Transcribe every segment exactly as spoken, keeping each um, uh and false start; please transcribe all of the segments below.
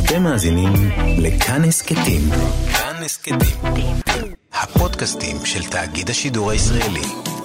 אתם מאזינים לכאן הסקטים. כאן הסקטים. הפודקאסטים של תאגיד השידור הישראלי.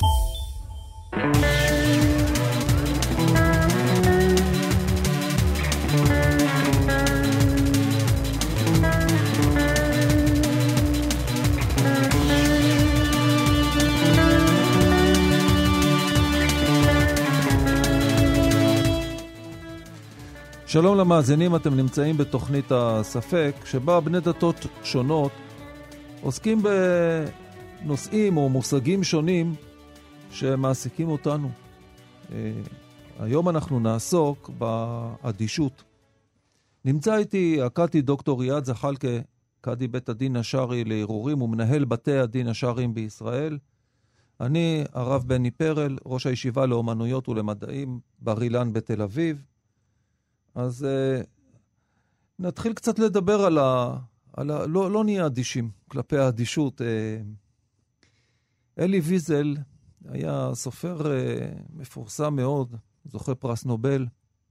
שלום למאזינים, אתם נמצאים בתוכנית הספק, שבה בני דתות שונות עוסקים בנושאים או מושגים שונים שמעסיקים אותנו. היום אנחנו נעסוק באדישות. נמצא איתי הקאדי דוקטור ריאד זחאלקה, קאדי בית הדין השרעי לערעורים ומנהל בתי הדין השרעיים בישראל. אני הרב בני פרל, ראש הישיבה לאומנויות ולמדעים בר אילן בתל אביב. אז uh, נתחיל קצת לדבר על ה... על ה לא, לא נהיה אדישים כלפי האדישות. Uh, אלי ויזל היה סופר uh, מפורסם מאוד, זוכה פרס נובל.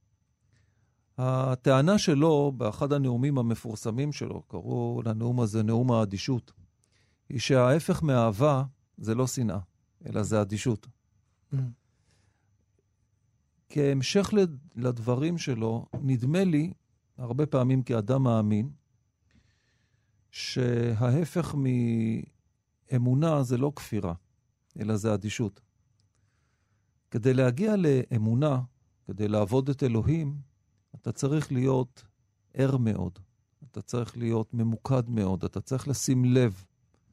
הטענה שלו, באחד הנאומים המפורסמים שלו, קראו לנאום הזה נאום האדישות, היא שההפך מאהבה זה לא שנאה, אלא זה אדישות. Mm. כהמשך לדברים שלו, נדמה לי, הרבה פעמים כאדם מאמין, שההפך מאמונה זה לא כפירה, אלא זה אדישות. כדי להגיע לאמונה, כדי לעבוד את אלוהים, אתה צריך להיות ער מאוד, אתה צריך להיות ממוקד מאוד, אתה צריך לשים לב.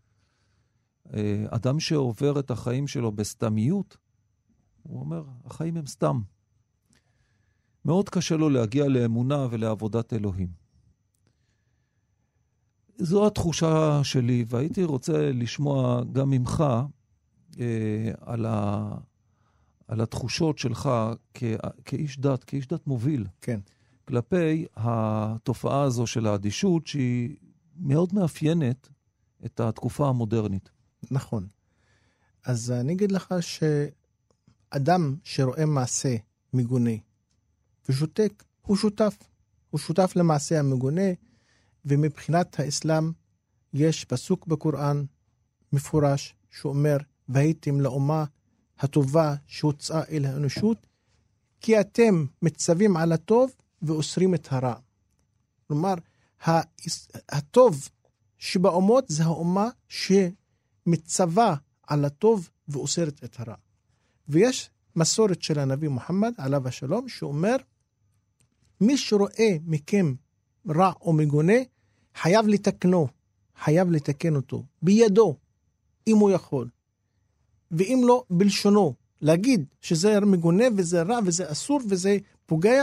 אדם שעובר את החיים שלו בסתמיות, הוא אומר, החיים הם סתם. מאוד קשה לו להגיע לאמונה ולעבודת אלוהים. זו התחושה שלי, והייתי רוצה לשמוע גם ממך אה, על, ה, על התחושות שלך כ, כאיש דת, כאיש דת מוביל. כן. כלפי התופעה הזו של האדישות, שהיא מאוד מאפיינת את התקופה המודרנית. נכון. אז אני אגיד לך שאדם שרואה מעשה מגונה, ושותק, הוא שותף. הוא שותף למעשה המגונה, ומבחינת האסלאם יש פסוק בקוראן מפורש שאומר, והייתם לאומה הטובה שהוצאה אל האנושות, כי אתם מצווים על הטוב ואוסרים את הרע. כלומר, הטוב שבאומות זה האומה שמצווה על הטוב ואוסרת את הרע. ויש מסורת של הנביא מוחמד עליו השלום שאומר, מי שרואה מכם רע או מגונה, חייב לתקנו, חייב לתקן אותו, בידו, אם הוא יכול. ואם לא, בלשונו, להגיד שזה מגונה וזה רע וזה אסור וזה פוגע,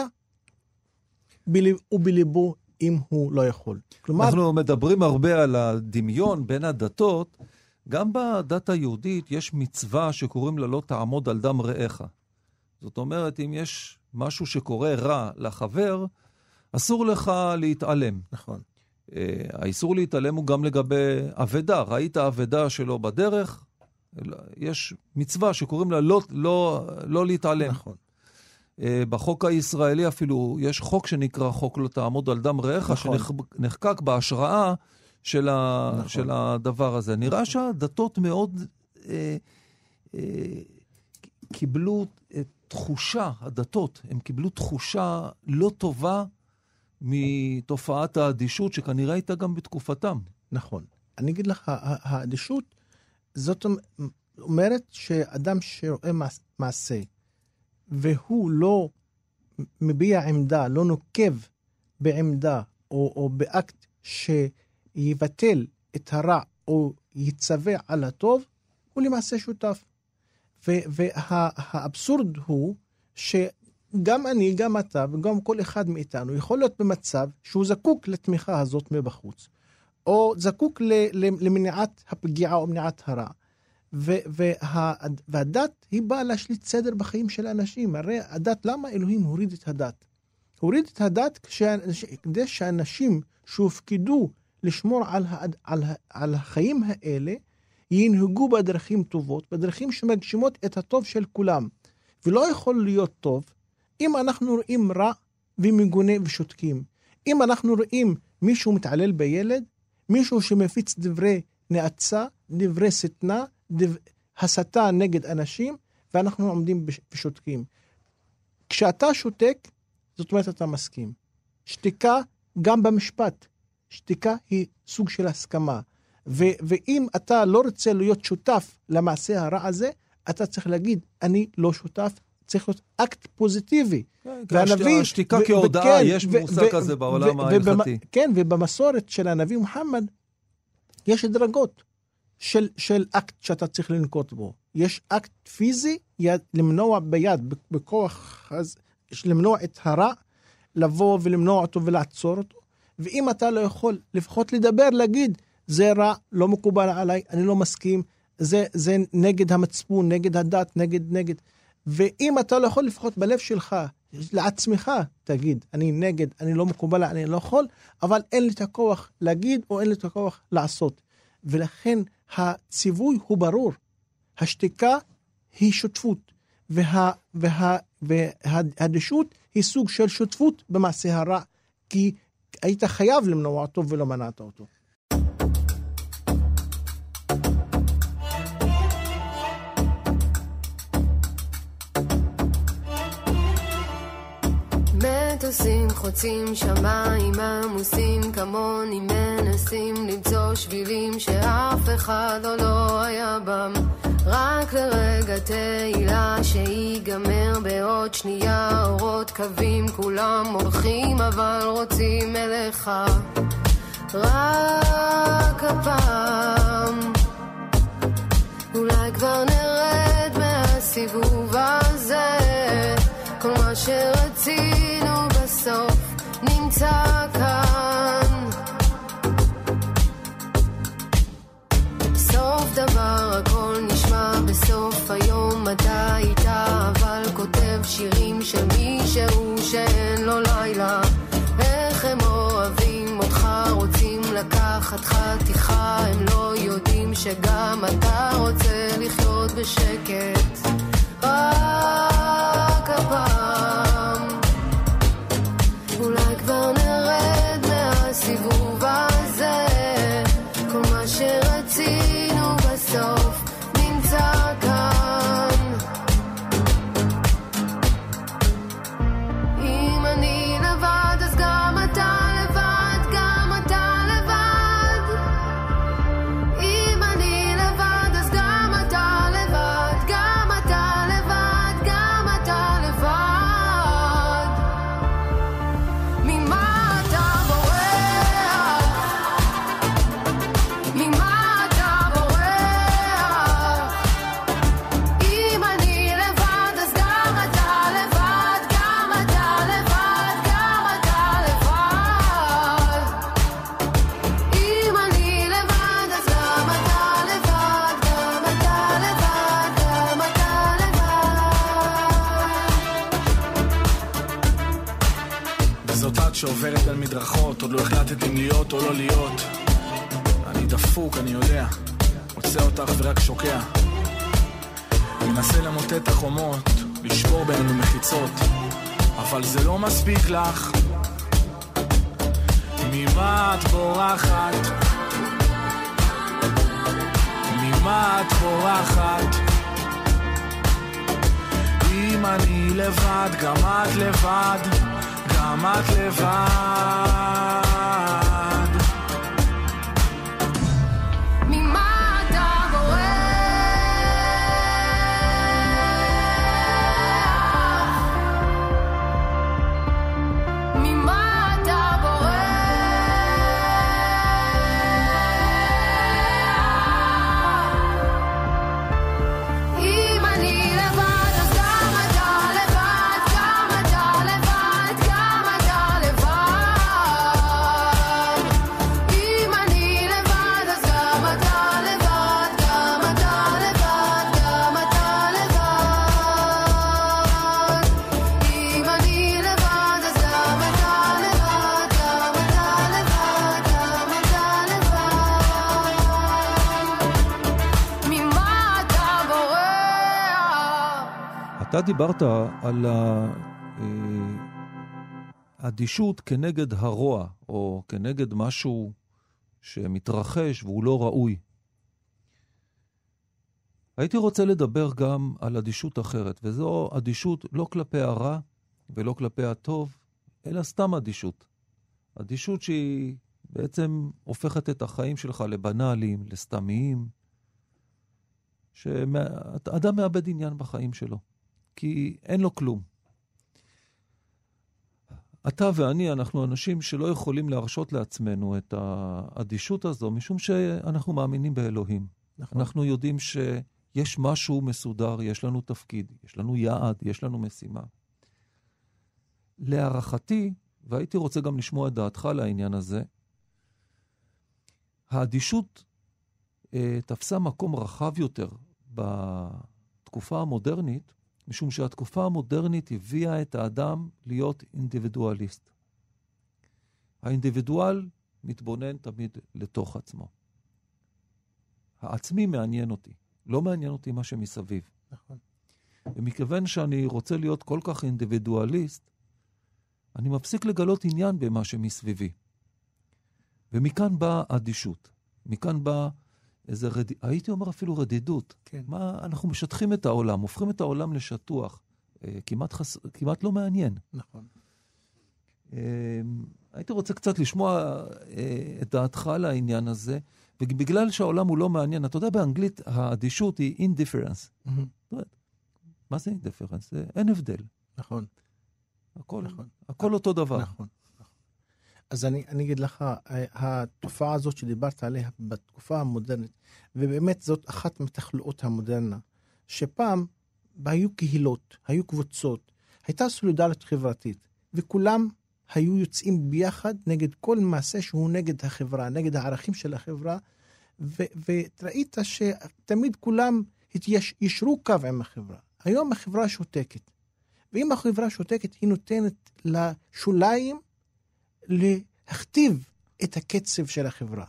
ובליבו אם הוא לא יכול. כלומר, אנחנו מדברים הרבה על הדמיון בין הדתות, גם בדת היהודית יש מצווה שקוראים לה לא תעמוד על דם רעך. זאת אומרת, אם יש משהו שקורה רע לחבר, אסור לך להתעלם. נכון. האיסור להתעלם הוא גם לגבי עבדה. ראית עבדה שלו בדרך, יש מצווה שקוראים לה לא, לא, לא להתעלם. נכון. בחוק הישראלי אפילו יש חוק שנקרא חוק לא תעמוד על דם רעך, נכון. שנחקק בהשראה של, ה, נכון. של הדבר הזה. נראה נכון. שהדתות מאוד אה, אה, קיבלו תחושה, הדתות, הם קיבלו תחושה לא טובה מתופעת האדישות, שכנראה הייתה גם בתקופתם. נכון. אני אגיד לך, האדישות, זאת אומרת שאדם שרואה מעשה, והוא לא מביע עמדה, לא נוקב בעמדה, או, או באקט שיבטל את הרע, או יצווה על הטוב, הוא למעשה שותף. והאבסורד הוא שגם אני, גם אתה וגם כל אחד מאיתנו יכול להיות במצב שהוא זקוק לתמיכה הזאת מבחוץ, או זקוק למניעת הפגיעה או מניעת הרע. והדת היא באה להשליט סדר בחיים של האנשים. הרי הדת, למה אלוהים הוריד את הדת? הוריד את הדת כדי שאנשים שהופקדו לשמור על, על, על החיים האלה, ינהגו בדרכים טובות, בדרכים שמגשימות את הטוב של כולם. ולא יכול להיות טוב אם אנחנו רואים רע ומגונה ושותקים. אם אנחנו רואים מישהו מתעלל בילד, מישהו שמפיץ דברי נאצה, דברי סתנה, דברי... הסתה נגד אנשים, ואנחנו עומדים ושותקים. כשאתה שותק, זאת אומרת אתה מסכים. שתיקה גם במשפט. שתיקה היא סוג של הסכמה. ו- ואם אתה לא רוצה להיות שותף למעשה הרע הזה, אתה צריך להגיד, אני לא שותף, צריך להיות אקט פוזיטיבי. והנביא... השתיקה כהודעה, יש מושג כזה בעולם ההלכתי. כן, ובמסורת של הנביא מוחמד, יש דרגות. של, של אקט שאתה צריך לנקוט בו. יש אקט פיזי, יד, למנוע ביד, בכוח, אז, למנוע את הרע, לבוא ולמנוע אותו ולעצור אותו. ואם אתה לא יכול לפחות לדבר, להגיד, זה רע, לא מקובל עליי, אני לא מסכים, זה, זה נגד המצפון, נגד הדת, נגד, נגד. ואם אתה לא יכול לפחות בלב שלך, לעצמך, תגיד, אני נגד, אני לא מקובל, אני לא יכול, אבל אין לי את הכוח להגיד, או אין לי את הכוח לעשות. ולכן הציווי הוא ברור. השתיקה היא שותפות, וה, וה, והדשות היא סוג של שותפות במעשה הרע, כי היית חייב למנוע אותו ולא מנעת אותו. מטוסים חוצים שמיים עמוסים כמוני מנסים למצוא שבילים שאף אחד עוד לא היה בם, רק לרגע תהילה שיגמר בעוד שנייה, אורות קווים כולם הולכים אבל רוצים אליך רק הפעם. אולי כבר נרד מהסיבוב הזה, כל מה שרצינו בסוף נמצא כאן. סוף דבר הכל נשמע בסוף היום, אתה איתה אבל כותב שירים של מישהו שאין לו לילה. איך הם אוהבים אותך, רוצים לקחת חתיכה, הם לא יודעים שגם אתה רוצה לחיות בשקט רק הפעם. אולי כבר נרד מהסיבוב הזה, כל מה שרצינו בסוף נמצא כאן. אם אני לבד אז גם אתה לבד, גם אתה לבד. אם אני לבד אז גם אתה לבד, גם אתה לבד, גם אתה לבד. ממה אתה בורח? ממה אתה בורח? אם אני לבד אז גם אתה לבד, גם אתה לבד, גם אתה לבד. אם אני לבד אז גם אתה לבד, גם אתה לבד, גם אתה לבד. וזאת את שעוברת על מדרכות, עוד לא החלטת אם להיות או לא להיות. אני דפוק, אני יודע, מוצא אותך ורק שוקע. מנסה למוטט את החומות, לשבור בינינו מחיצות, אבל זה לא מספיק לך. ממה את בורחת? ממה את בורחת? אם אני לבד, גם את לבד, גם את לבד. ממה אתה בורח? ממה אתה בורח? אם אני לבד אז גם אתה לבד, גם אתה לבד, גם אתה לבד. אם אני לבד אז גם אתה לבד, גם אתה לבד, גם אתה לבד. אם אני לבד אז גם אתה לבד, גם אתה לבד, גם אתה לבד. ממה אתה בורח? אתה דיברת על אדישות כנגד הרוע, או כנגד משהו שמתרחש והוא לא ראוי. הייתי רוצה לדבר גם על אדישות אחרת, וזו אדישות לא כלפי הרע ולא כלפי הטוב, אלא סתם אדישות. אדישות שהיא בעצם הופכת את החיים שלך לבנאליים, לסתמיים, שאדם מאבד עניין בחיים שלו, כי אין לו כלום. אתה ואני, אנחנו אנשים שלא יכולים להרשות לעצמנו את האדישות הזו, משום שאנחנו מאמינים באלוהים. נכון. אנחנו יודעים שיש משהו מסודר, יש לנו תפקיד, יש לנו יעד, יש לנו משימה. להערכתי, והייתי רוצה גם לשמוע את דעתך לעניין הזה, האדישות אה, תפסה מקום רחב יותר בתקופה המודרנית, משום שהתקופה המודרנית הביאה את האדם להיות אינדיבידואליסט. האינדיבידואל מתבונן תמיד לתוך עצמו. העצמי מעניין אותי, לא מעניין אותי מה שמסביב. נכון. ומכיוון שאני רוצה להיות כל כך אינדיבידואליסט, אני מפסיק לגלות עניין במה שמסביבי. ומכאן באה אדישות. מכאן באה איזה רד... הייתי אומר אפילו רדידות. כן. מה, אנחנו משטחים את העולם, הופכים את העולם לשטוח. אה, כמעט, חס... כמעט לא מעניין. נכון. אה, הייתי רוצה קצת לשמוע אה, את דעתך לעניין הזה, ובגלל שהעולם הוא לא מעניין, אתה יודע, באנגלית האדישות היא indifference. Mm-hmm. מה זה indifference? זה אין הבדל. נכון. הכל, נכון. הכל אותו דבר. נכון. אז אני, אני אגיד לך, התופעה הזאת שדיברת עליה בתקופה המודרנית, ובאמת זאת אחת מתחלואות המודרנה, שפעם היו קהילות, היו קבוצות, הייתה סולידריות חברתית, וכולם היו יוצאים ביחד נגד כל מעשה שהוא נגד החברה, נגד הערכים של החברה, וראית שתמיד כולם ישרו קו עם החברה. היום החברה שותקת, ואם החברה שותקת היא נותנת לשוליים להכתיב את הקצב של החברה.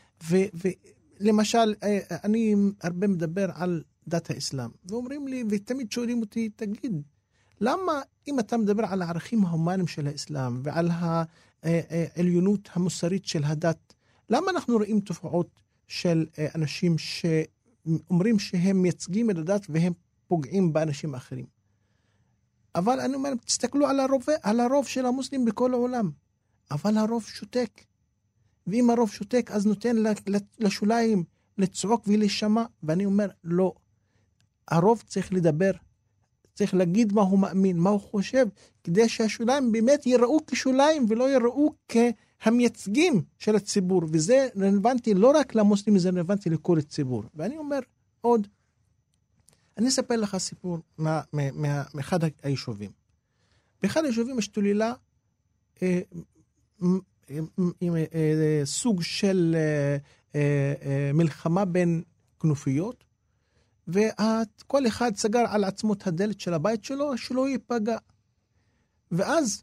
ולמשל, אני הרבה מדבר על דת האסלאם, ואומרים לי, ותמיד שואלים אותי, תגיד, למה אם אתה מדבר על הערכים ההומניים של האסלאם, ועל העליונות המוסרית של הדת, למה אנחנו רואים תופעות של אנשים שאומרים שהם מייצגים את הדת, והם פוגעים באנשים אחרים? אבל אני אומר, תסתכלו על הרוב, על הרוב של המוסלמים בכל העולם. אבל הרוב שותק. ואם הרוב שותק, אז נותן לשוליים לצעוק ולשמע. ואני אומר, לא. הרוב צריך לדבר. צריך להגיד מה הוא מאמין, מה הוא חושב, כדי שהשוליים באמת יראו כשוליים, ולא יראו כהמייצגים של הציבור. וזה רלוונטי לא רק למוסלמים, זה רלוונטי לכל הציבור. ואני אומר עוד, אני אספר לך סיפור מה, מה, מה, מאחד היישובים. באחד היישובים השתוללה אה, עם אה, סוג של אה, אה, מלחמה בין כנופיות, וכל אחד סגר על עצמו את הדלת של הבית שלו, שלא ייפגע. ואז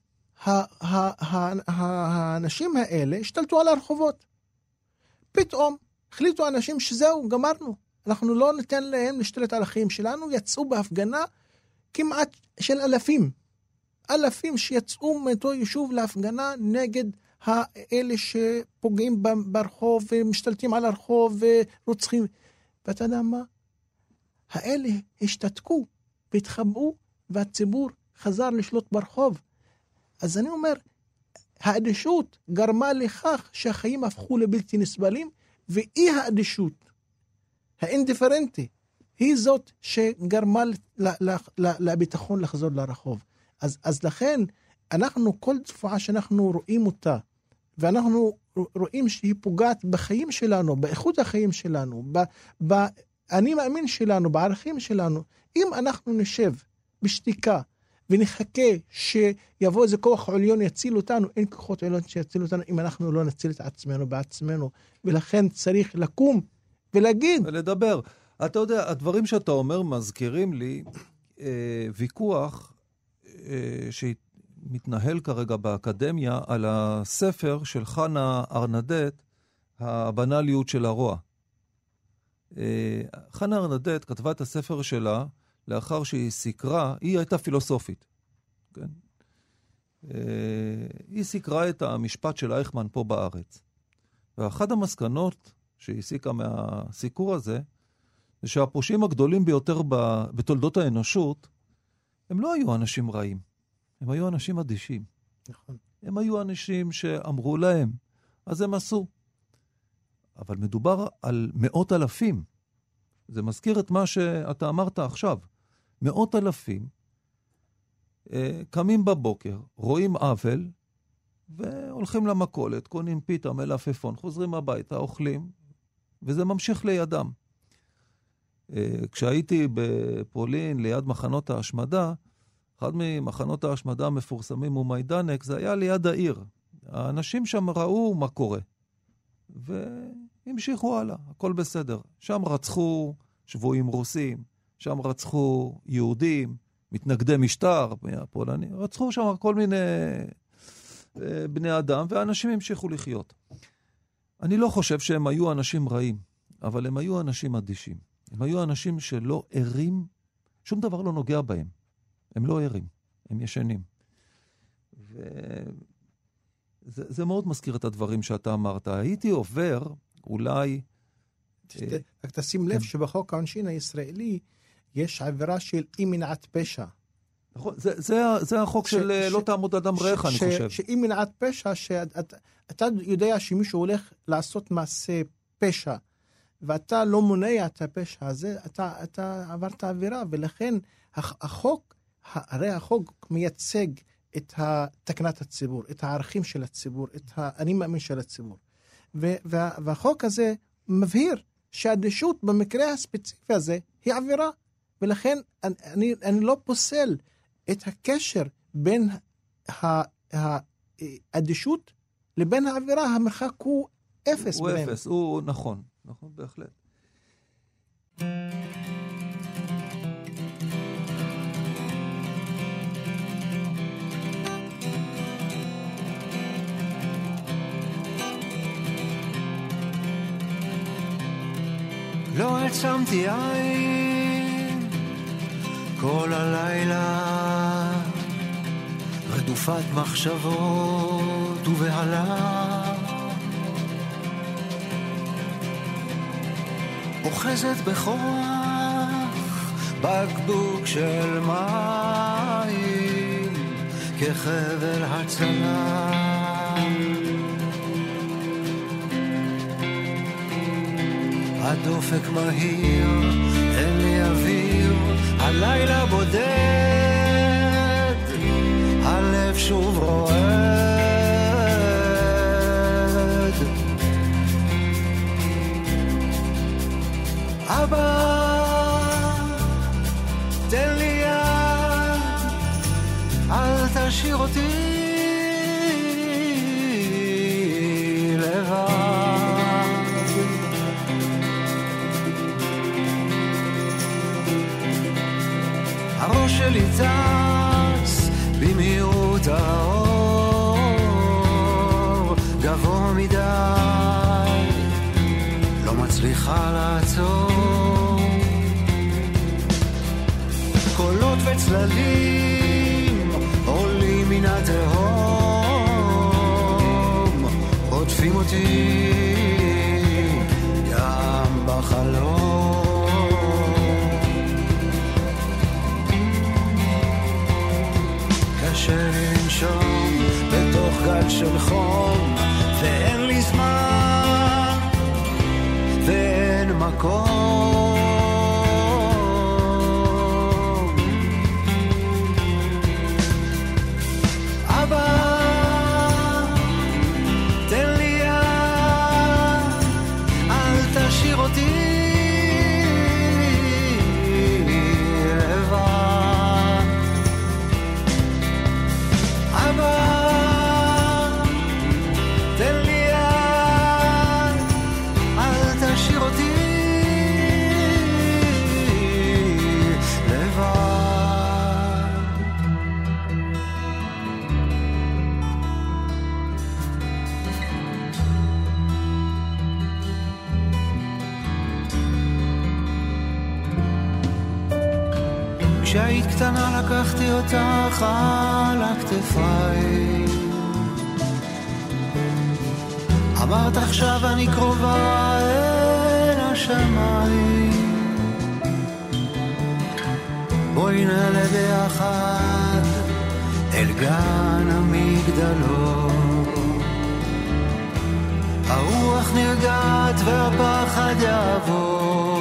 האנשים האלה השתלטו על הרחובות. פתאום החליטו אנשים שזהו, גמרנו. אנחנו לא ניתן להם להשתלט על החיים שלנו, יצאו בהפגנה כמעט של אלפים. אלפים שיצאו מאותו יישוב להפגנה נגד האלה שפוגעים ברחוב ומשתלטים על הרחוב ורוצחים. ואתה יודע מה? האלה השתתקו והתחבאו והציבור חזר לשלוט ברחוב. אז אני אומר, האדישות גרמה לכך שהחיים הפכו לבלתי נסבלים, ואי האדישות, האינדיפרנטי, היא זאת שגרמה לביטחון לחזור לרחוב. אז, אז לכן, אנחנו, כל תופעה שאנחנו רואים אותה, ואנחנו רואים שהיא פוגעת בחיים שלנו, באיכות החיים שלנו, ב, ב, אני מאמין שלנו, בערכים שלנו, אם אנחנו נשב בשתיקה, ונחכה שיבוא איזה כוח עליון יציל אותנו, אין כוחות עליון שיציל אותנו, אם אנחנו לא נציל את עצמנו בעצמנו, ולכן צריך לקום ולהגיד. ולדבר. אתה יודע, הדברים שאתה אומר מזכירים לי אה, ויכוח אה, שמתנהל כרגע באקדמיה על הספר של חנה ארנדט, הבנאליות של הרוע. אה, חנה ארנדט כתבה את הספר שלה לאחר שהיא סיקרה, היא הייתה פילוסופית. כן? היא סיקרה את המשפט של אייכמן פה בארץ. ואחת המסקנות שהיא הסיקה מהסיקור הזה, זה שהפושעים הגדולים ביותר בתולדות האנושות, הם לא היו אנשים רעים. הם היו אנשים אדישים. נכון. הם היו אנשים שאמרו להם, אז הם עשו. אבל מדובר על מאות אלפים. זה מזכיר את מה שאתה אמרת עכשיו. מאות אלפים אה, קמים בבוקר, רואים עוול, והולכים למכולת, קונים פיתה, מלפפון, חוזרים הביתה, אוכלים, וזה ממשיך לידם. אה, כשהייתי בפולין, ליד מחנות ההשמדה, אחד ממחנות ההשמדה המפורסמים הוא מיידנק, זה היה ליד העיר. האנשים שם ראו מה קורה. והמשיכו הלאה, הכל בסדר. שם רצחו שבויים רוסים, שם רצחו יהודים, מתנגדי משטר, הפולני, רצחו שם כל מיני בני אדם, והאנשים המשיכו לחיות. אני לא חושב שהם היו אנשים רעים, אבל הם היו אנשים אדישים. הם היו אנשים שלא ערים, שום דבר לא נוגע בהם. הם לא ערים, הם ישנים. וזה זה מאוד מזכיר את הדברים שאתה אמרת. הייתי עובר, אולי... רק תשים לב שבחוק העונשין הישראלי יש עבירה של אי מניעת פשע. נכון, זה, זה, זה החוק של לא תעמוד אדם רעך, אני חושב. שאי מניעת פשע, שאתה יודע שמישהו הולך לעשות מעשה פשע, ואתה לא מונע את הפשע הזה, אתה, אתה עברת עבירה, ולכן החוק, הרי החוק מייצג את תקנת הציבור, את הערכים של הציבור, את האני מאמין של הציבור. וה, והחוק הזה מבהיר שהאדישות במקרה הספציפי הזה היא עבירה, ולכן אני, אני, אני לא פוסל את הקשר בין האדישות לבין העבירה. המרחק הוא אפס. הוא ביניהם. אפס, הוא נכון, נכון בהחלט. לא עצמתי עין כל הלילה, רדופת מחשבות ובהלה, אוחזת בכוח בקבוק של מים כחבל הצלה, הדופק מהיר, אין לי אוויר, הלילה בודד, הלב שוב רועד. אבא, תן לי יד, אל תשאיר אותי לבד. הראש שלי טס במהירות האור, גבוה מדי, לא מצליחה לעצור. קולות וצללים עולים מן התהום, עוטפים אותי גם בחלום. שנשום בתוך גל של חום, ואין לי זמן ואין מקום. אבא, תן לי יד, כשהיית קטנה לקחתי אותך על הכתפיי, אמרת עכשיו אני קרובה אל השמיים, בואי נעלה ביחד אל גן המגדלות, הרוח נרגעת והפחד יעבור,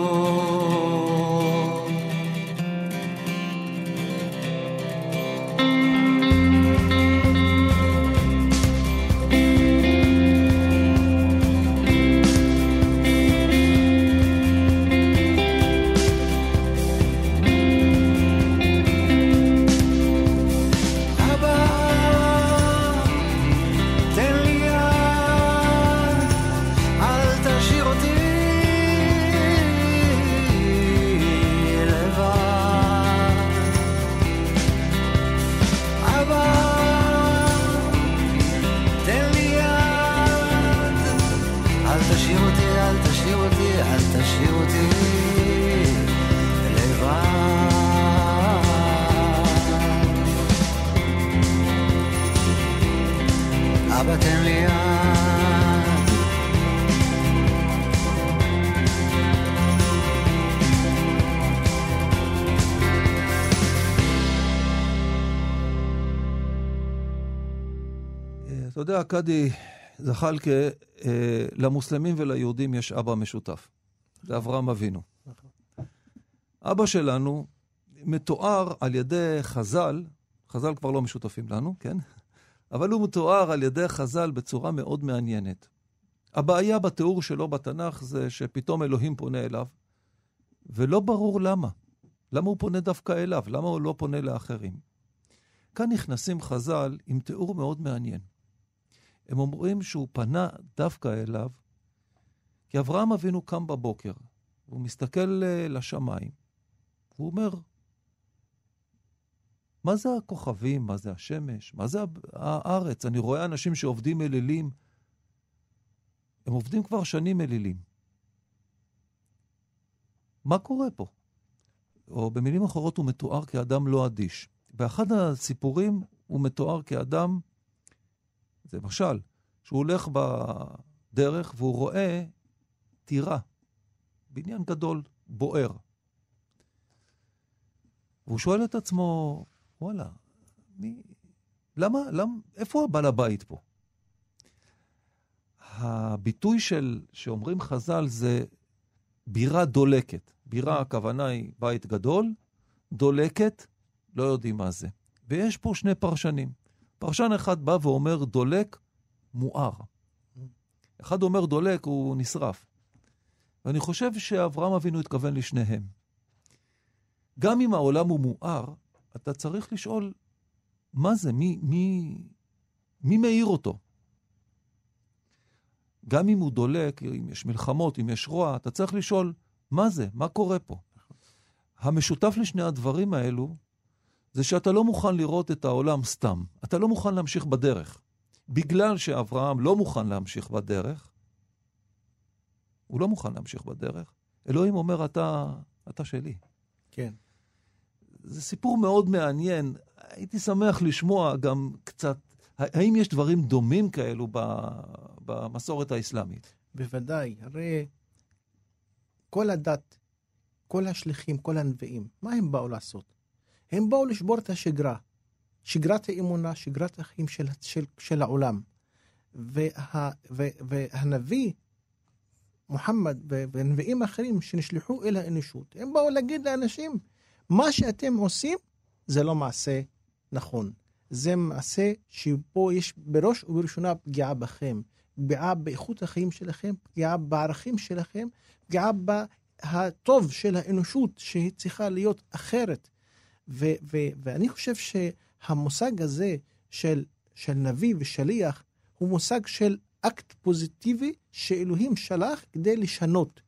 אתה יודע, קדי זחלקה, אה, למוסלמים וליהודים יש אבא משותף. זה אברהם אבינו. אבא שלנו מתואר על ידי חז"ל, חז"ל כבר לא משותפים לנו, כן? אבל הוא מתואר על ידי חז"ל בצורה מאוד מעניינת. הבעיה בתיאור שלו בתנ"ך זה שפתאום אלוהים פונה אליו, ולא ברור למה. למה הוא פונה דווקא אליו? למה הוא לא פונה לאחרים? כאן נכנסים חז"ל עם תיאור מאוד מעניין. הם אומרים שהוא פנה דווקא אליו, כי אברהם אבינו קם בבוקר, הוא מסתכל לשמיים, והוא אומר, מה זה הכוכבים? מה זה השמש? מה זה הארץ? אני רואה אנשים שעובדים אלילים, הם עובדים כבר שנים אלילים. מה קורה פה? או במילים אחרות הוא מתואר כאדם לא אדיש. באחד הסיפורים הוא מתואר כאדם, זה משל, שהוא הולך בדרך והוא רואה טירה, בניין גדול, בוער. והוא שואל את עצמו, וואלה, מי, למה, למה, איפה הבעל הבית פה? הביטוי של, שאומרים חז"ל זה בירה דולקת. בירה, הכוונה היא בית גדול, דולקת, לא יודעים מה זה. ויש פה שני פרשנים. פרשן אחד בא ואומר דולק מואר. אחד אומר דולק, הוא נשרף. ואני חושב שאברהם אבינו התכוון לשניהם. גם אם העולם הוא מואר, אתה צריך לשאול, מה זה? מי, מי, מי מאיר אותו? גם אם הוא דולק, אם יש מלחמות, אם יש רוע, אתה צריך לשאול, מה זה? מה קורה פה? המשותף לשני הדברים האלו, זה שאתה לא מוכן לראות את העולם סתם. אתה לא מוכן להמשיך בדרך. בגלל שאברהם לא מוכן להמשיך בדרך, הוא לא מוכן להמשיך בדרך, אלוהים אומר, אתה, אתה שלי. כן. זה סיפור מאוד מעניין. הייתי שמח לשמוע גם קצת, האם יש דברים דומים כאלו במסורת האסלאמית? בוודאי. הרי כל הדת, כל השליחים, כל הנביאים, מה הם באו לעשות? הם באו לשבור את השגרה. שגרת האמונה, שגרת החיים של, של, של העולם. וה, ו, והנביא, מוחמד ונביאים אחרים שנשלחו אל האנושות, הם באו להגיד לאנשים, מה שאתם עושים זה לא מעשה נכון. זה מעשה שפה יש בראש ובראשונה פגיעה בכם, פגיעה באיכות החיים שלכם, פגיעה בערכים שלכם, פגיעה בטוב של האנושות שהיא צריכה להיות אחרת. ו- ו- ואני חושב שהמושג הזה של, של נביא ושליח הוא מושג של אקט פוזיטיבי שאלוהים שלח כדי לשנות.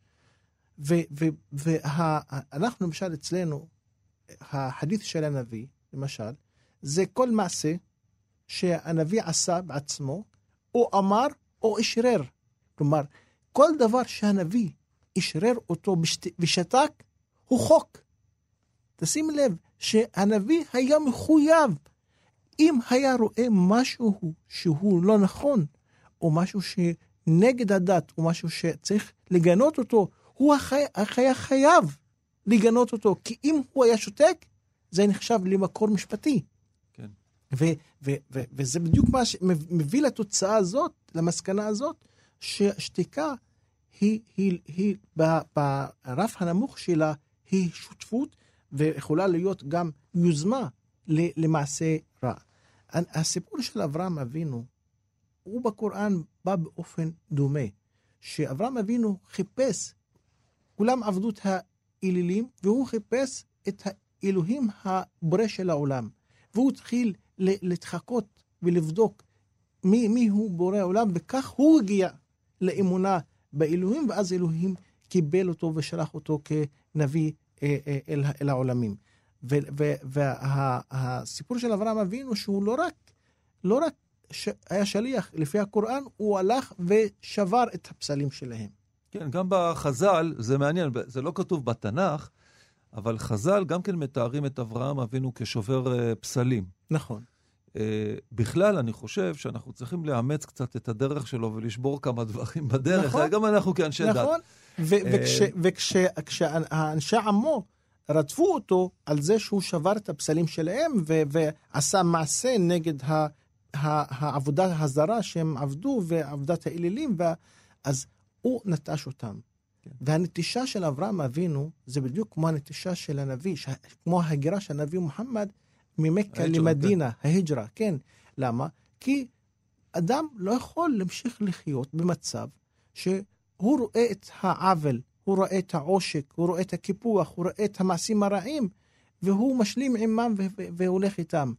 ואנחנו למשל אצלנו, החדית' של הנביא, למשל, זה כל מעשה שהנביא עשה בעצמו, או אמר או אשרר. כלומר, כל דבר שהנביא אשרר אותו ושתק, הוא חוק. תשים לב שהנביא היה מחויב, אם היה רואה משהו שהוא לא נכון, או משהו שנגד הדת, או משהו שצריך לגנות אותו, הוא היה חייב לגנות אותו, כי אם הוא היה שותק, זה נחשב למקור משפטי. כן. ו- ו- ו- וזה בדיוק מה שמביא לתוצאה הזאת, למסקנה הזאת, שהשתיקה היא, היא, היא, ברף הנמוך שלה, היא שותפות, ויכולה להיות גם יוזמה למעשה רע. הסיפור של אברהם אבינו, הוא בקוראן בא באופן דומה, שאברהם אבינו חיפש, כולם עבדו את האלילים, והוא חיפש את האלוהים הבורא של העולם, והוא התחיל להתחקות ולבדוק מי, מי הוא בורא העולם, וכך הוא הגיע לאמונה באלוהים, ואז אלוהים קיבל אותו ושלח אותו כנביא אל, אל העולמים. והסיפור של אברהם אבינו שהוא לא רק, לא רק היה שליח, לפי הקוראן הוא הלך ושבר את הפסלים שלהם. כן, גם בחז"ל, זה מעניין, זה לא כתוב בתנ"ך, אבל חז"ל גם כן מתארים את אברהם אבינו כשובר פסלים. נכון. בכלל, אני חושב שאנחנו צריכים לאמץ קצת את הדרך שלו ולשבור כמה דברים בדרך, נכון. גם אנחנו כאנשי דת. נכון, וכשאנשי עמו רדפו אותו על זה שהוא שבר את הפסלים שלהם, ועשה מעשה נגד העבודה הזרה שהם עבדו, ועבודת האלילים, אז הוא נטש אותם. והנטישה של אברהם אבינו, זה בדיוק כמו הנטישה של הנביא, כמו ההגירה של הנביא מוחמד, ממכה למדינה, ההיג'רה, כן. למה? כי אדם לא יכול להמשיך לחיות במצב שהוא רואה את העוול, הוא רואה את העושק, הוא רואה את הקיפוח, הוא רואה את המעשים הרעים, והוא משלים עמם והולך איתם.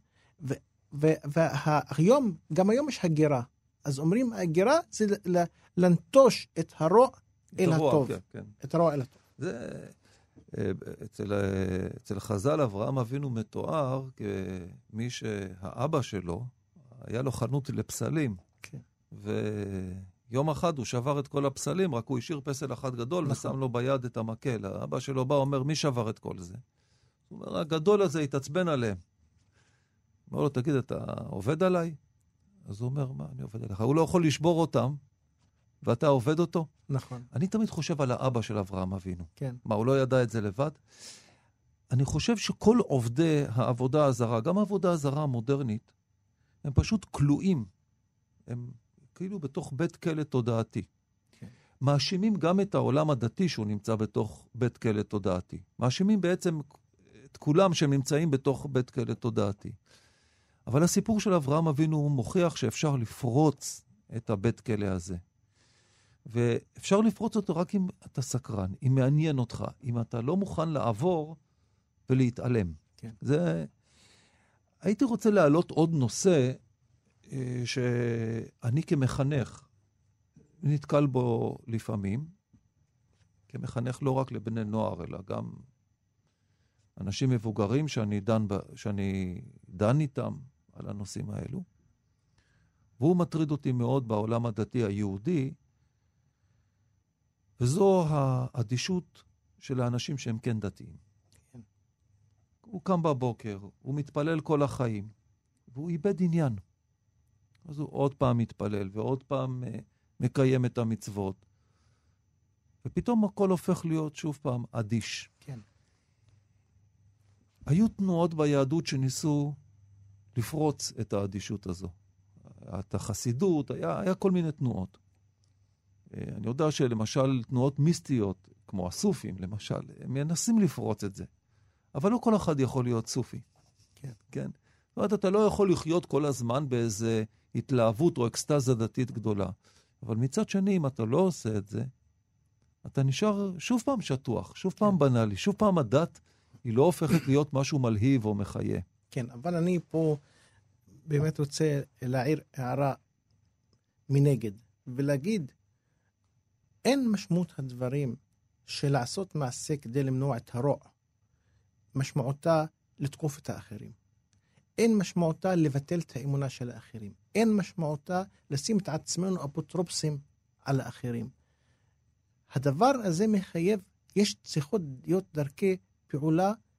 והיום, גם היום יש הגירה. אז אומרים, הגירה זה לנטוש את הרוע אל הטוב. את הרוע אל הטוב. זה... אצל, אצל חז"ל אברהם אבינו מתואר כמי שהאבא שלו היה לו חנות לפסלים. כן. ויום אחד הוא שבר את כל הפסלים, רק הוא השאיר פסל אחד גדול נכון. ושם לו ביד את המקל. האבא שלו בא אומר, מי שבר את כל זה? הוא אומר, הגדול הזה התעצבן עליהם. הוא אומר לו, תגיד, אתה עובד עליי? אז הוא אומר, מה, אני עובד עליך? הוא לא יכול לשבור אותם, ואתה עובד אותו? נכון. אני תמיד חושב על האבא של אברהם אבינו. כן. מה, הוא לא ידע את זה לבד? אני חושב שכל עובדי העבודה הזרה, גם העבודה הזרה המודרנית, הם פשוט כלואים. הם כאילו בתוך בית כלא תודעתי. כן. מאשימים גם את העולם הדתי שהוא נמצא בתוך בית כלא תודעתי. מאשימים בעצם את כולם שהם נמצאים בתוך בית כלא תודעתי. אבל הסיפור של אברהם אבינו מוכיח שאפשר לפרוץ את הבית כלא הזה. ואפשר לפרוץ אותו רק אם אתה סקרן, אם מעניין אותך, אם אתה לא מוכן לעבור ולהתעלם. כן. זה... הייתי רוצה להעלות עוד נושא אה, שאני כמחנך נתקל בו לפעמים, כמחנך לא רק לבני נוער, אלא גם אנשים מבוגרים שאני דן, ב... שאני דן איתם על הנושאים האלו. והוא מטריד אותי מאוד בעולם הדתי היהודי, וזו האדישות של האנשים שהם כן דתיים. כן. הוא קם בבוקר, הוא מתפלל כל החיים, והוא איבד עניין. אז הוא עוד פעם מתפלל, ועוד פעם uh, מקיים את המצוות. ופתאום הכל הופך להיות שוב פעם אדיש. כן. היו תנועות ביהדות שניסו לפרוץ את האדישות הזו. את החסידות, היה, היה כל מיני תנועות. אני יודע שלמשל תנועות מיסטיות, כמו הסופים למשל, הם מנסים לפרוץ את זה. אבל לא כל אחד יכול להיות סופי. כן. כן? זאת אומרת, אתה לא יכול לחיות כל הזמן באיזה התלהבות או אקסטזה דתית גדולה. אבל מצד שני, אם אתה לא עושה את זה, אתה נשאר שוב פעם שטוח, שוב פעם בנאלי, שוב פעם הדת היא לא הופכת להיות משהו מלהיב או מחיה. כן, אבל אני פה באמת רוצה להעיר הערה מנגד, ולהגיד, אין משמעות הדברים של לעשות מעשה כדי למנוע את הרוע. משמעותה לתקוף את האחרים. אין משמעותה לבטל את האמונה של האחרים. אין משמעותה לשים את עצמנו אפוטרופסים על האחרים. הדבר הזה מחייב, יש צריכות להיות דרכי פעולה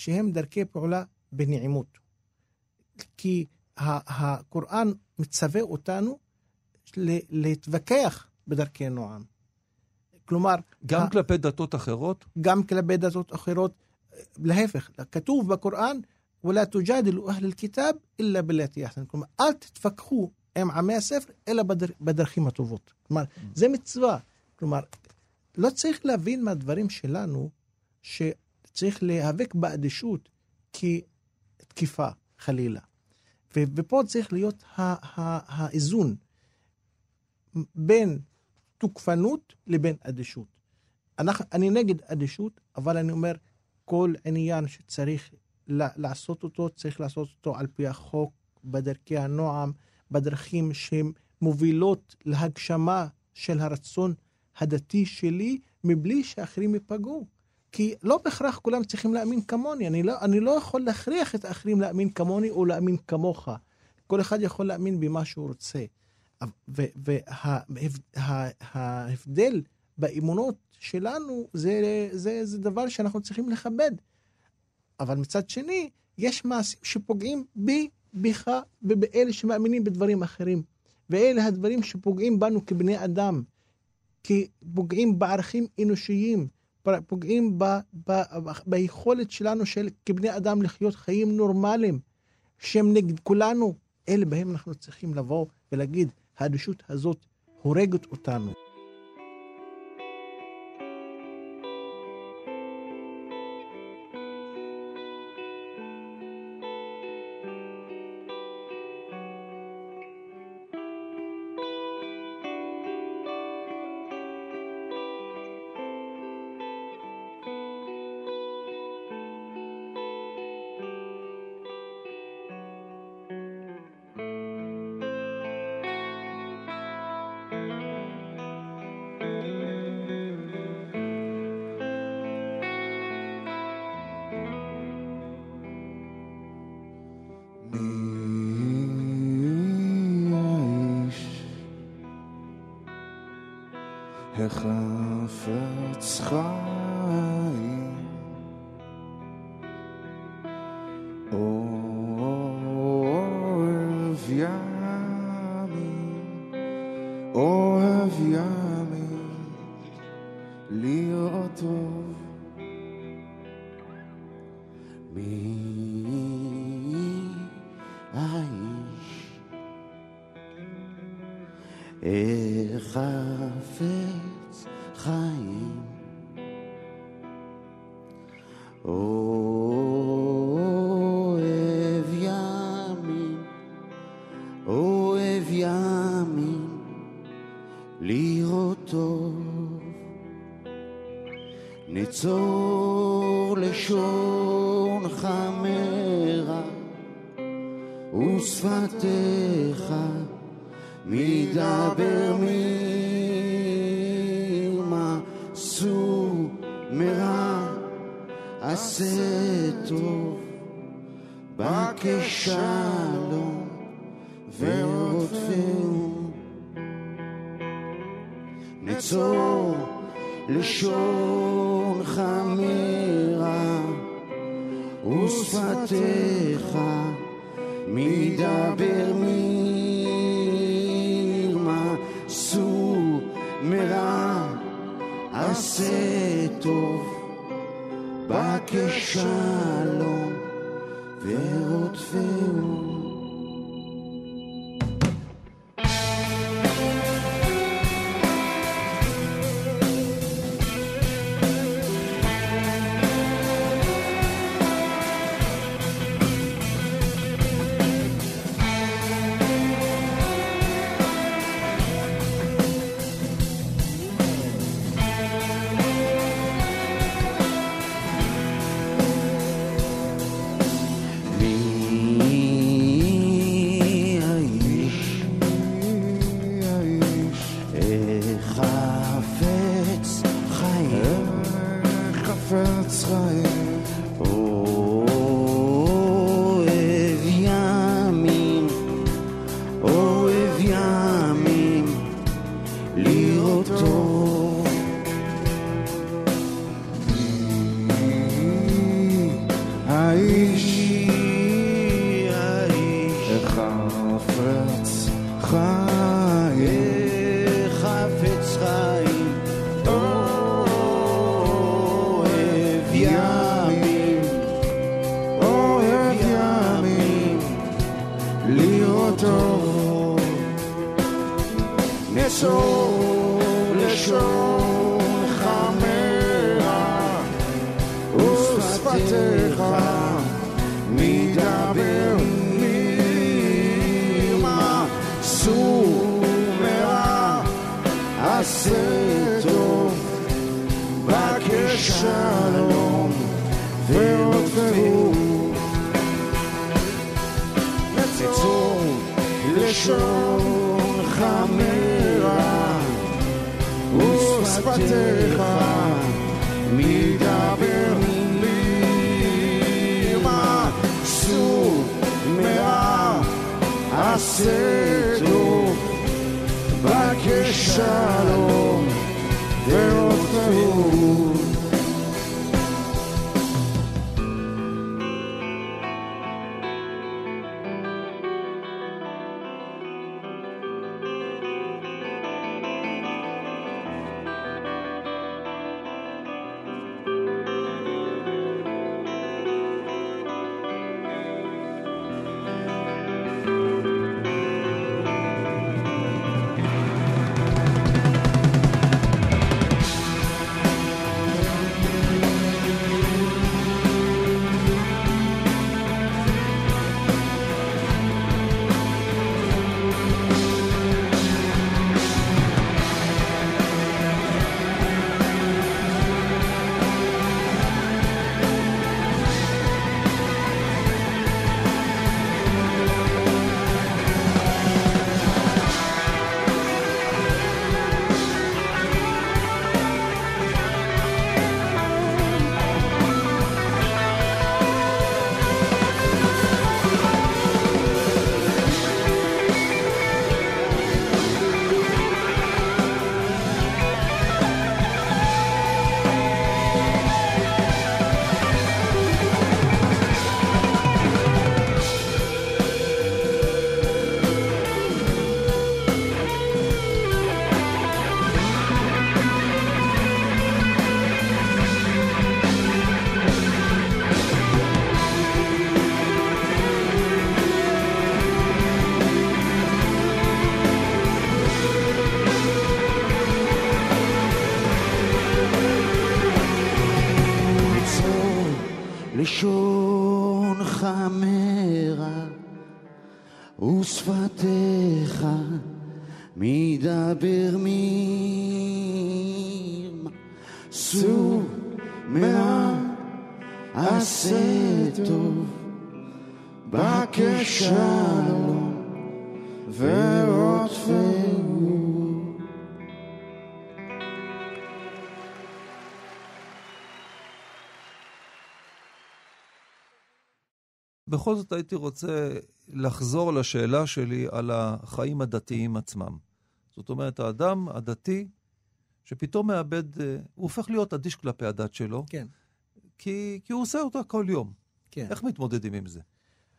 שהם דרכי פעולה בנעימות. כי הקוראן מצווה אותנו להתווכח בדרכי נועם. כלומר, גם ה- כלפי דתות אחרות? גם כלפי דתות אחרות. להפך, כתוב בקוראן, ولا تجادلوا أهل الكتاب إلا بالتي أحسن. כלומר, אל תתווכחו עם עמי הספר, אלא בדר, בדרכים הטובות. כלומר, זה מצווה. כלומר, לא צריך להבין מהדברים שלנו, שצריך להיאבק באדישות כתקיפה, חלילה. ו- ופה צריך להיות ה- ה- האיזון בין תוקפנות לבין אדישות. אנחנו, אני נגד אדישות, אבל אני אומר, כל עניין שצריך לעשות אותו, צריך לעשות אותו על פי החוק, בדרכי הנועם, בדרכים שמובילות להגשמה של הרצון הדתי שלי, מבלי שאחרים ייפגעו. כי לא בהכרח כולם צריכים להאמין כמוני. אני לא, אני לא יכול להכריח את האחרים להאמין כמוני או להאמין כמוך. כל אחד יכול להאמין במה שהוא רוצה. וההבדל באמונות שלנו זה, זה, זה דבר שאנחנו צריכים לכבד. אבל מצד שני, יש מעשים שפוגעים בי, בך ובאלה שמאמינים בדברים אחרים. ואלה הדברים שפוגעים בנו כבני אדם, כי פוגעים בערכים אנושיים, פוגעים ב, ב, ב, ביכולת שלנו של כבני אדם לחיות חיים נורמליים, שהם נגד כולנו. אלה בהם אנחנו צריכים לבוא ולהגיד, האדישות הזאת הורגת אותנו. החפץ חיים אוהב ימים אוהב ימים להיות טוב מי האיש החפץ חיים אוהב ימים אוהב ימים לראות טוב נצור לשון חמרה ושפתיך מדבר מרמה סור מרע עשה טוב בקש שלום ורודפהו נצור לשון חמרה ושפתיך מדבר מרמה סור מרע עשה טוב בקש שלום ורודפהו מי נצור לשון חמרה ושפתיך מדבר מרמה סור מרע עשה טוב בקש שלום ועודפהו נצור לשון חמרה ושפתיך מדבר מרמה סור מרע עשה טוב בקש שלום ועודפהו לשון חמרה ושפתיך מדבר מרמה סור מרע עשה טוב בקש שלום ועודפהו. בכל זאת הייתי רוצה לחזור לשאלה שלי על החיים הדתיים עצמם. זאת אומרת, האדם הדתי שפתאום מאבד, הוא הופך להיות אדיש כלפי הדת שלו. כן. כי, כי הוא עושה אותה כל יום. כן. איך מתמודדים עם זה?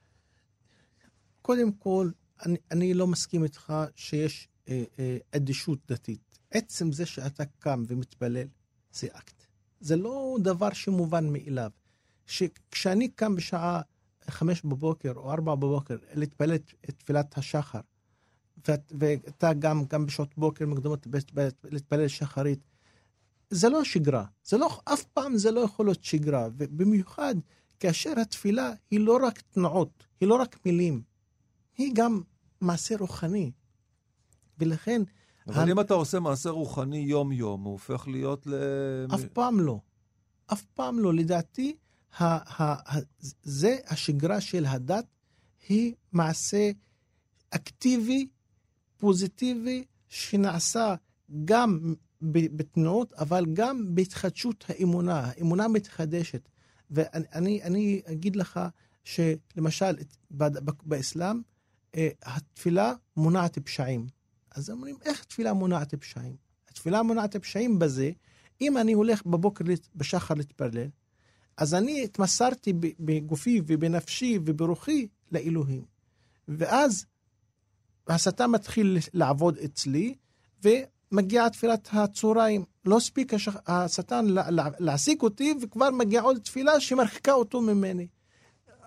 קודם כל, אני, אני לא מסכים איתך שיש אה, אה, אדישות דתית. עצם זה שאתה קם ומתפלל, זה אקט. זה לא דבר שמובן מאליו. שכשאני קם בשעה חמש בבוקר או ארבע בבוקר להתפלל את תפילת השחר, ואת, ואתה גם, גם בשעות בוקר מקדמות להתפלל שחרית, זה לא שגרה. זה לא, אף פעם זה לא יכול להיות שגרה. ובמיוחד כאשר התפילה היא לא רק תנועות, היא לא רק מילים, היא גם מעשה רוחני. ולכן... אבל אם אתה עושה מעשה רוחני יום-יום, הוא הופך להיות ל... אף פעם לא. אף פעם לא. לדעתי, ה- ה- ה- זה השגרה של הדת, היא מעשה אקטיבי, פוזיטיבי, שנעשה גם בתנועות, אבל גם בהתחדשות האמונה. האמונה מתחדשת. ואני אני, אני אגיד לך שלמשל, באסלאם, התפילה מונעת פשעים. אז אומרים, איך תפילה מונעת פשעים? התפילה מונעת פשעים בזה, אם אני הולך בבוקר בשחר להתפלל, אז אני התמסרתי בגופי ובנפשי וברוחי לאלוהים. ואז השטן מתחיל לעבוד אצלי, ומגיעה תפילת הצהריים. לא הספיק השטן להעסיק אותי, וכבר מגיעה עוד תפילה שמרחיקה אותו ממני.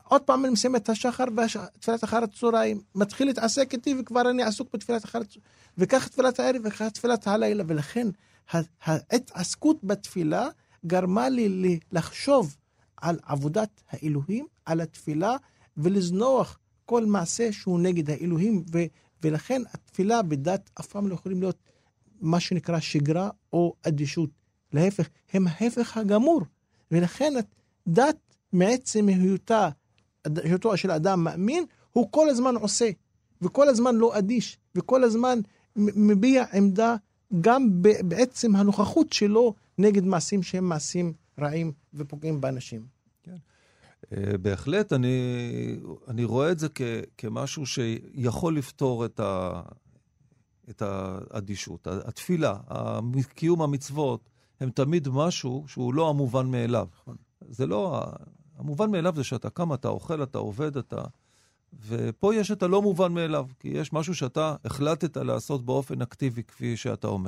עוד פעם אני מסיים את השחר ותפילת אחר הצהריים, מתחיל להתעסק איתי וכבר אני עסוק בתפילת אחר הצהריים, וכך תפילת הערב וכך תפילת הלילה, ולכן ההתעסקות בתפילה גרמה לי לחשוב על עבודת האלוהים, על התפילה, ולזנוח כל מעשה שהוא נגד האלוהים, ו, ולכן התפילה בדת אף פעם לא יכולים להיות מה שנקרא שגרה או אדישות. להפך, הם ההפך הגמור. ולכן דת מעצם היותה, היותו של אדם מאמין, הוא כל הזמן עושה, וכל הזמן לא אדיש, וכל הזמן מביע עמדה גם בעצם הנוכחות שלו נגד מעשים שהם מעשים רעים ופוגעים באנשים. כן. בהחלט, אני, אני רואה את זה כ, כמשהו שיכול לפתור את, ה, את האדישות. התפילה, קיום המצוות, הם תמיד משהו שהוא לא המובן מאליו. זה לא, המובן מאליו זה שאתה קם, אתה אוכל, אתה עובד, אתה... ופה יש את הלא מובן מאליו, כי יש משהו שאתה החלטת לעשות באופן אקטיבי, כפי שאתה אומר.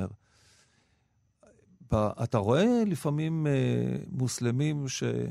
אתה רואה לפעמים מוסלמים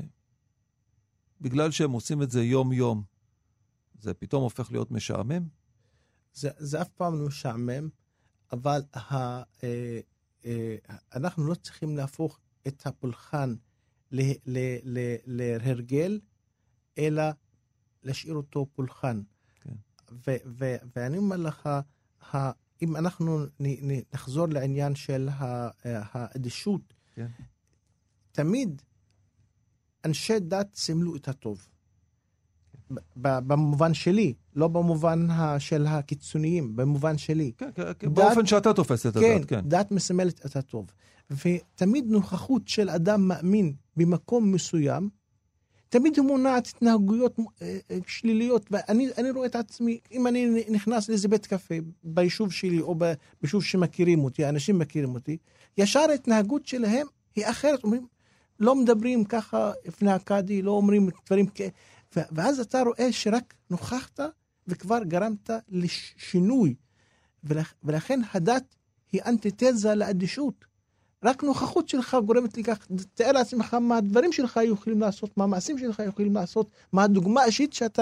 שבגלל שהם עושים את זה יום-יום, זה פתאום הופך להיות משעמם? זה, זה אף פעם לא משעמם, אבל ה, אה, אה, אנחנו לא צריכים להפוך את הפולחן ל, ל, ל, להרגל, אלא להשאיר אותו פולחן. כן. ו, ו, ואני אומר לך, ה, אם אנחנו נחזור לעניין של האדישות, כן. תמיד אנשי דת סמלו את הטוב. כן. במובן שלי, לא במובן של הקיצוניים, במובן שלי. כן, כן, באופן שאתה תופס את כן, הדת. כן, דת מסמלת את הטוב. ותמיד נוכחות של אדם מאמין במקום מסוים, תמיד הוא מונעת התנהגויות שליליות, ואני אני רואה את עצמי, אם אני נכנס לאיזה בית קפה ביישוב שלי, או ביישוב שמכירים אותי, אנשים מכירים אותי, ישר ההתנהגות שלהם היא אחרת, אומרים, לא מדברים ככה לפני הקאדי, לא אומרים דברים כאלה, ואז אתה רואה שרק נוכחת, וכבר גרמת לשינוי, ולכן הדת היא אנטיתזה לאדישות, רק נוכחות שלך גורמת לכך, תאר לעצמך מה הדברים שלך יכולים לעשות, מה המעשים שלך יכולים לעשות, מה הדוגמה האישית שאתה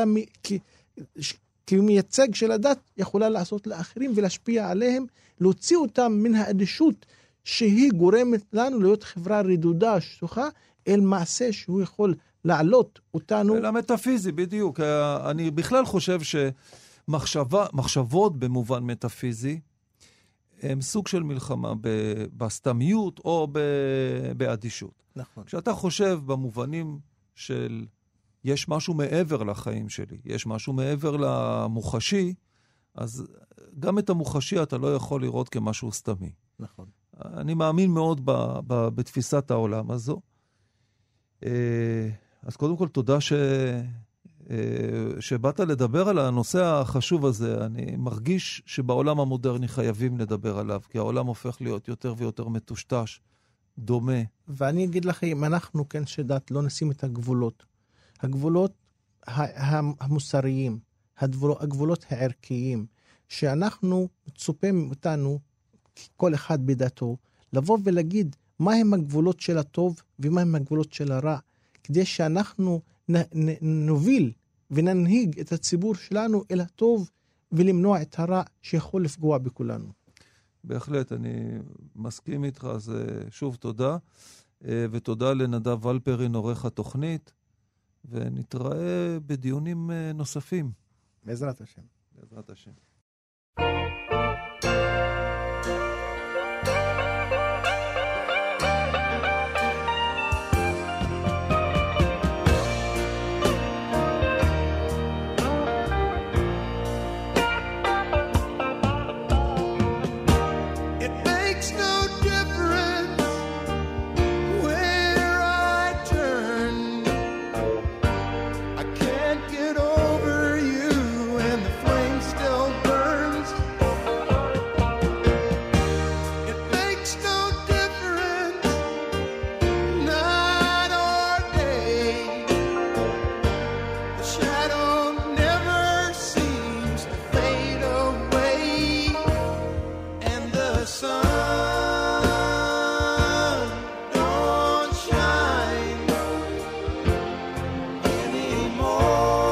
כמייצג של הדת יכולה לעשות לאחרים ולהשפיע עליהם, להוציא אותם מן האדישות שהיא גורמת לנו להיות חברה רדודה, שטוחה, אל מעשה שהוא יכול לעלות אותנו. אל המטאפיזי, בדיוק. אני בכלל חושב שמחשבות במובן מטאפיזי, הם סוג של מלחמה בסתמיות או באדישות. נכון. כשאתה חושב במובנים של יש משהו מעבר לחיים שלי, יש משהו מעבר למוחשי, אז גם את המוחשי אתה לא יכול לראות כמשהו סתמי. נכון. אני מאמין מאוד ב, ב, בתפיסת העולם הזו. אז קודם כל תודה ש... שבאת לדבר על הנושא החשוב הזה. אני מרגיש שבעולם המודרני חייבים לדבר עליו, כי העולם הופך להיות יותר ויותר מטושטש, דומה. ואני אגיד לך, אם אנחנו כן שדת לא נשים את הגבולות, הגבולות המוסריים, הגבולות הערכיים, שאנחנו מצופים אותנו, כל אחד בדתו, לבוא ולהגיד מהם הגבולות של הטוב ומהם הגבולות של הרע, כדי שאנחנו נוביל וננהיג את הציבור שלנו אל הטוב ולמנוע את הרע שיכול לפגוע בכולנו. בהחלט, אני מסכים איתך, אז שוב תודה, ותודה לנדב ולפרין, עורך התוכנית, ונתראה בדיונים נוספים. בעזרת השם. בעזרת השם. More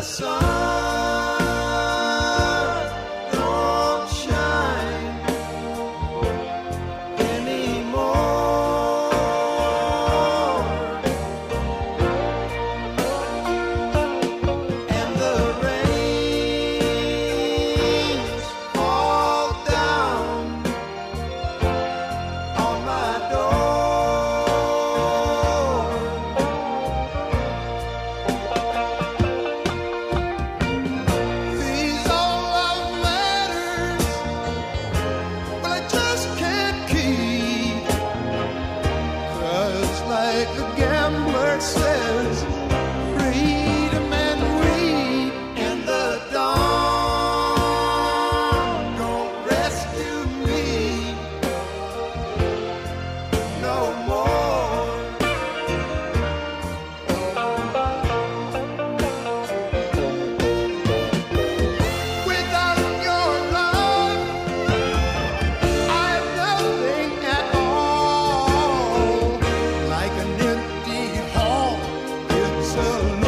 Like an empty hall, it's a